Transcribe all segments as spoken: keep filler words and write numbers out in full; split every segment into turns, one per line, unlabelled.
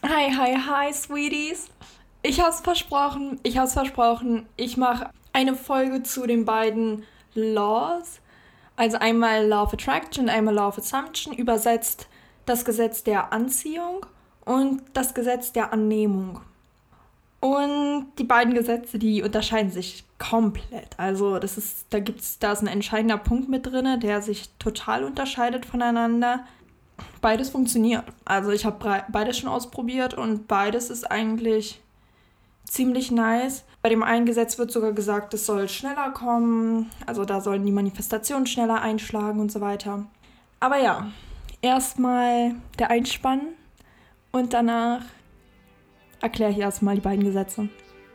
Hi, hi, hi, Sweeties. Ich hab's versprochen, ich hab's versprochen. Ich mache eine Folge zu den beiden Laws. Also einmal Law of Attraction, einmal Law of Assumption. Übersetzt das Gesetz der Anziehung und das Gesetz der Annehmung. Und die beiden Gesetze, die unterscheiden sich komplett. Also das ist, da gibt's, da ist ein entscheidender Punkt mit drin, der sich total unterscheidet voneinander. Beides funktioniert. Also ich habe beides schon ausprobiert und beides ist eigentlich ziemlich nice. Bei dem einen Gesetz wird sogar gesagt, es soll schneller kommen. Also da sollen die Manifestationen schneller einschlagen und so weiter. Aber ja, erstmal der Einspann und danach erkläre ich erstmal die beiden Gesetze.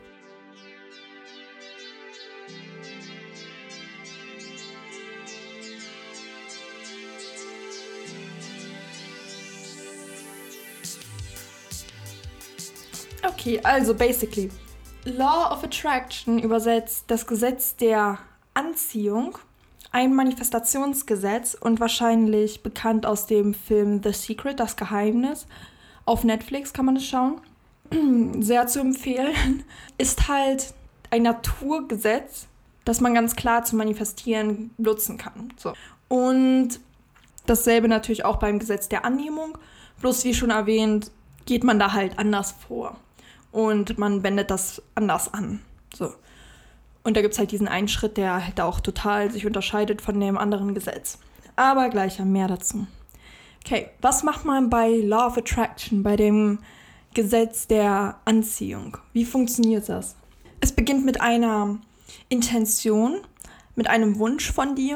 Okay, also basically, Law of Attraction übersetzt das Gesetz der Anziehung, ein Manifestationsgesetz und wahrscheinlich bekannt aus dem Film The Secret, das Geheimnis. Auf Netflix kann man es schauen. Sehr zu empfehlen. Ist halt ein Naturgesetz, das man ganz klar zum Manifestieren nutzen kann. So. Und dasselbe natürlich auch beim Gesetz der Annehmung. Bloß wie schon erwähnt, geht man da halt anders vor. Und man wendet das anders an. So. Und da gibt es halt diesen einen Schritt, der halt auch total sich unterscheidet von dem anderen Gesetz. Aber gleich mehr dazu. Okay, was macht man bei Law of Attraction, bei dem Gesetz der Anziehung? Wie funktioniert das? Es beginnt mit einer Intention, mit einem Wunsch von dir.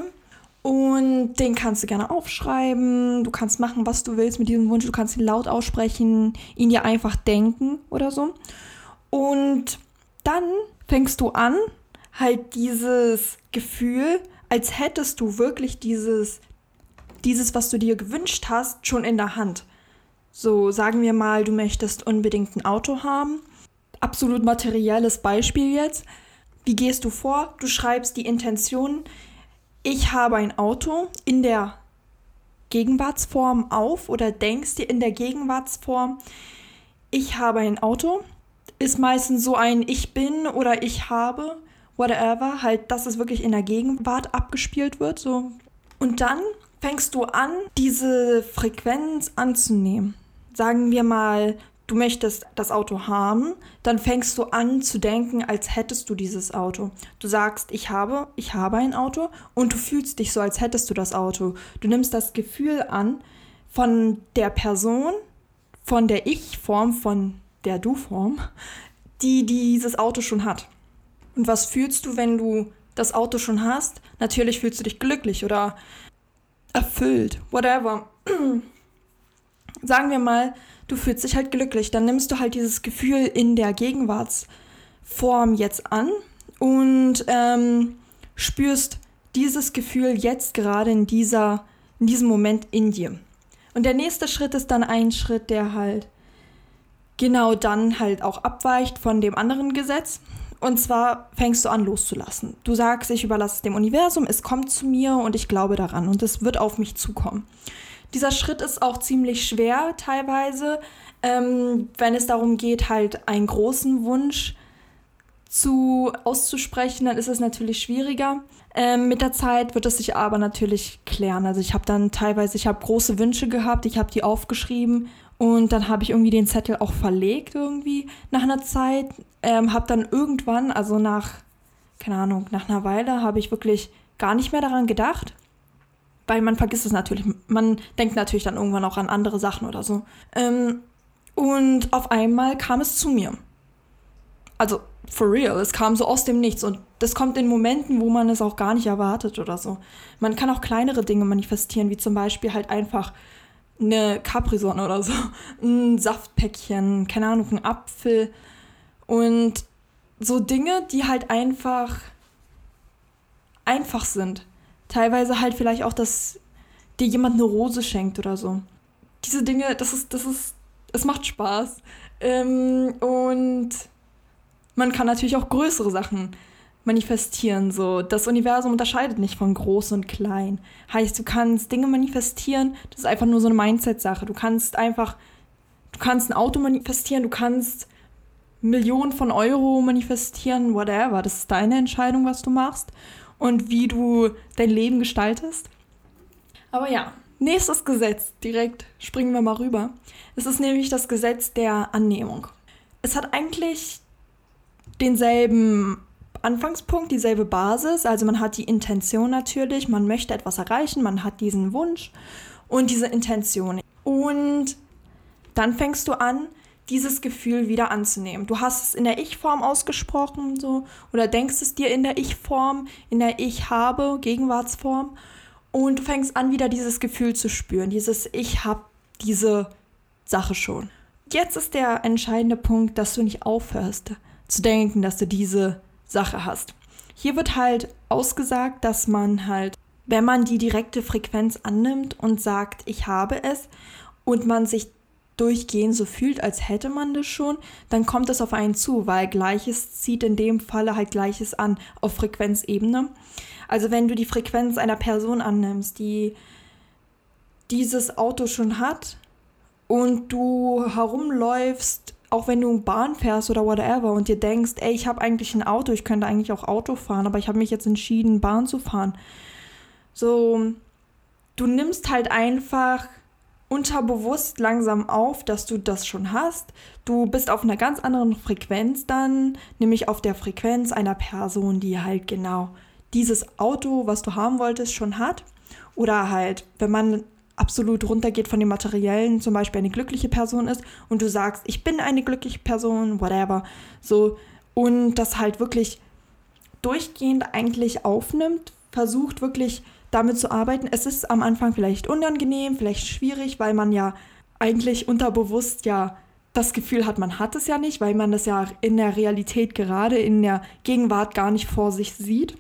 Und den kannst du gerne aufschreiben. Du kannst machen, was du willst mit diesem Wunsch. Du kannst ihn laut aussprechen, ihn dir einfach denken oder so. Und dann fängst du an, halt dieses Gefühl, als hättest du wirklich dieses, dieses, was du dir gewünscht hast, schon in der Hand. So, sagen wir mal, du möchtest unbedingt ein Auto haben. Absolut materielles Beispiel jetzt. Wie gehst du vor? Du schreibst die Intention: Ich habe ein Auto in der Gegenwartsform auf oder denkst dir in der Gegenwartsform, ich habe ein Auto, ist meistens so ein Ich bin oder ich habe, whatever, halt, dass es wirklich in der Gegenwart abgespielt wird. So. Und dann fängst du an, diese Frequenz anzunehmen. Sagen wir mal, du möchtest das Auto haben, dann fängst du an zu denken, als hättest du dieses Auto. Du sagst, ich habe, ich habe ein Auto und du fühlst dich so, als hättest du das Auto. Du nimmst das Gefühl an von der Person, von der Ich-Form, von der Du-Form, die dieses Auto schon hat. Und was fühlst du, wenn du das Auto schon hast? Natürlich fühlst du dich glücklich oder erfüllt, whatever. Sagen wir mal, du fühlst dich halt glücklich, dann nimmst du halt dieses Gefühl in der Gegenwartsform jetzt an und ähm, spürst dieses Gefühl jetzt gerade in, dieser, in diesem Moment in dir. Und der nächste Schritt ist dann ein Schritt, der halt genau dann halt auch abweicht von dem anderen Gesetz. Und zwar fängst du an loszulassen. Du sagst, ich überlasse es dem Universum, es kommt zu mir und ich glaube daran und es wird auf mich zukommen. Dieser Schritt ist auch ziemlich schwer teilweise, ähm, wenn es darum geht, halt einen großen Wunsch zu auszusprechen, dann ist es natürlich schwieriger. Ähm, mit der Zeit wird es sich aber natürlich klären. Also ich habe dann teilweise, ich habe große Wünsche gehabt, ich habe die aufgeschrieben und dann habe ich irgendwie den Zettel auch verlegt irgendwie nach einer Zeit. Ähm, habe dann irgendwann, also nach, keine Ahnung, nach einer Weile habe ich wirklich gar nicht mehr daran gedacht. Weil man vergisst es natürlich, man denkt natürlich dann irgendwann auch an andere Sachen oder so. Ähm, und auf einmal kam es zu mir. Also, for real, es kam so aus dem Nichts. Und das kommt in Momenten, wo man es auch gar nicht erwartet oder so. Man kann auch kleinere Dinge manifestieren, wie zum Beispiel halt einfach eine Capri-Sonne oder so. Ein Saftpäckchen, keine Ahnung, ein Apfel. Und so Dinge, die halt einfach, einfach sind. Teilweise halt vielleicht auch, dass dir jemand eine Rose schenkt oder so. Diese Dinge, das ist, das ist, es macht Spaß. Ähm, und man kann natürlich auch größere Sachen manifestieren. So. Das Universum unterscheidet nicht von groß und klein. Heißt, du kannst Dinge manifestieren, das ist einfach nur so eine Mindset-Sache. Du kannst einfach, Du kannst ein Auto manifestieren, du kannst Millionen von Euro manifestieren, whatever. Das ist deine Entscheidung, was du machst und wie du dein Leben gestaltest. Aber ja, nächstes Gesetz, direkt springen wir mal rüber. Es ist nämlich das Gesetz der Annäherung. Es hat eigentlich denselben Anfangspunkt, dieselbe Basis. Also man hat die Intention natürlich, man möchte etwas erreichen, man hat diesen Wunsch und diese Intention. Und dann fängst du an, dieses Gefühl wieder anzunehmen. Du hast es in der Ich-Form ausgesprochen so, oder denkst es dir in der Ich-Form, in der Ich-Habe, Gegenwartsform. Und du fängst an, wieder dieses Gefühl zu spüren, dieses Ich habe diese Sache schon. Jetzt ist der entscheidende Punkt, dass du nicht aufhörst zu denken, dass du diese Sache hast. Hier wird halt ausgesagt, dass man halt, wenn man die direkte Frequenz annimmt und sagt, ich habe es, und man sich durchgehend so fühlt, als hätte man das schon, dann kommt es auf einen zu, weil Gleiches zieht in dem Falle halt Gleiches an auf Frequenzebene. Also wenn du die Frequenz einer Person annimmst, die dieses Auto schon hat und du herumläufst, auch wenn du Bahn fährst oder whatever und dir denkst, ey, ich habe eigentlich ein Auto, ich könnte eigentlich auch Auto fahren, aber ich habe mich jetzt entschieden, Bahn zu fahren. So, du nimmst halt einfach unterbewusst langsam auf, dass du das schon hast. Du bist auf einer ganz anderen Frequenz dann, nämlich auf der Frequenz einer Person, die halt genau dieses Auto, was du haben wolltest, schon hat. Oder halt, wenn man absolut runtergeht von dem Materiellen, zum Beispiel eine glückliche Person ist und du sagst, ich bin eine glückliche Person, whatever, so, und das halt wirklich durchgehend eigentlich aufnimmt, versucht wirklich damit zu arbeiten. Es ist am Anfang vielleicht unangenehm, vielleicht schwierig, weil man ja eigentlich unterbewusst ja das Gefühl hat, man hat es ja nicht, weil man das ja in der Realität gerade in der Gegenwart gar nicht vor sich sieht.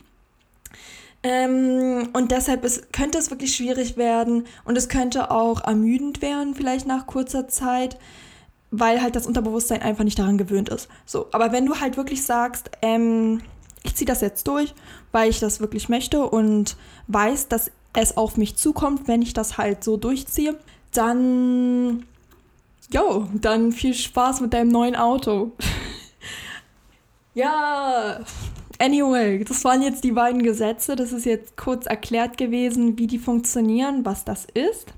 Ähm, und deshalb ist, könnte es wirklich schwierig werden und es könnte auch ermüdend werden, vielleicht nach kurzer Zeit, weil halt das Unterbewusstsein einfach nicht daran gewöhnt ist. So, aber wenn du halt wirklich sagst, ähm, ich ziehe das jetzt durch, weil ich das wirklich möchte und weiß, dass es auf mich zukommt, wenn ich das halt so durchziehe, dann, jo, dann viel Spaß mit deinem neuen Auto. Ja, anyway, das waren jetzt die beiden Gesetze. Das ist jetzt kurz erklärt gewesen, wie die funktionieren, was das ist.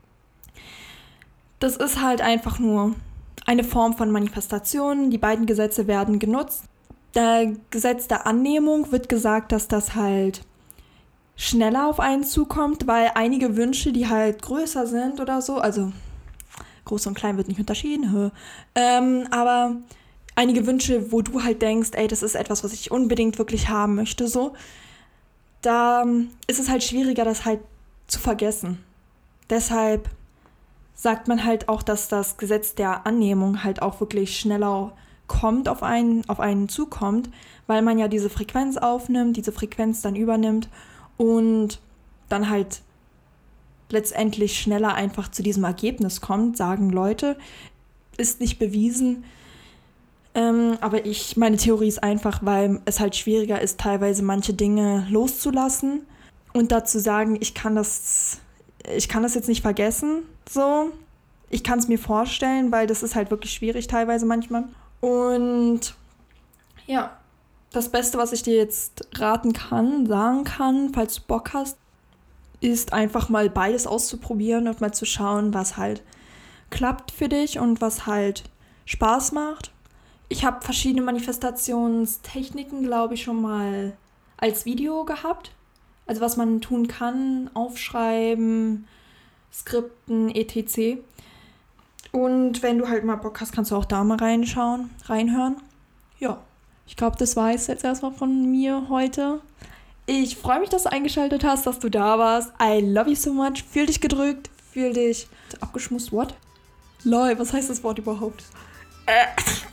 Das ist halt einfach nur eine Form von Manifestation. Die beiden Gesetze werden genutzt. Der Gesetz der Annäherung wird gesagt, dass das halt schneller auf einen zukommt, weil einige Wünsche, die halt größer sind oder so, also groß und klein wird nicht unterschieden, ähm, aber einige Wünsche, wo du halt denkst, ey, das ist etwas, was ich unbedingt wirklich haben möchte, so, da ist es halt schwieriger, das halt zu vergessen. Deshalb sagt man halt auch, dass das Gesetz der Annäherung halt auch wirklich schneller kommt, auf einen, auf einen zukommt, weil man ja diese Frequenz aufnimmt, diese Frequenz dann übernimmt und dann halt letztendlich schneller einfach zu diesem Ergebnis kommt, sagen Leute, ist nicht bewiesen, ähm, aber ich, meine Theorie ist einfach, weil es halt schwieriger ist, teilweise manche Dinge loszulassen und dazu sagen, ich kann das, ich kann das jetzt nicht vergessen, so, ich kann es mir vorstellen, weil das ist halt wirklich schwierig teilweise manchmal. Und ja, das Beste, was ich dir jetzt raten kann, sagen kann, falls du Bock hast, ist einfach mal beides auszuprobieren und mal zu schauen, was halt klappt für dich und was halt Spaß macht. Ich habe verschiedene Manifestationstechniken, glaube ich, schon mal als Video gehabt. Also was man tun kann, aufschreiben, Skripten, et cetera. Und wenn du halt mal Bock hast, kannst du auch da mal reinschauen, reinhören. Ja, ich glaube, das war es jetzt erstmal von mir heute. Ich freue mich, dass du eingeschaltet hast, dass du da warst. I love you so much. Fühl dich gedrückt, fühl dich abgeschmust. What? Lol, was heißt das Wort überhaupt? Äh.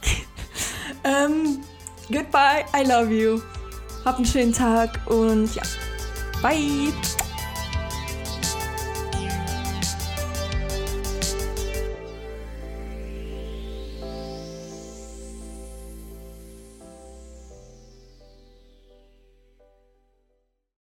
ähm, goodbye, I love you. Hab einen schönen Tag und ja, bye.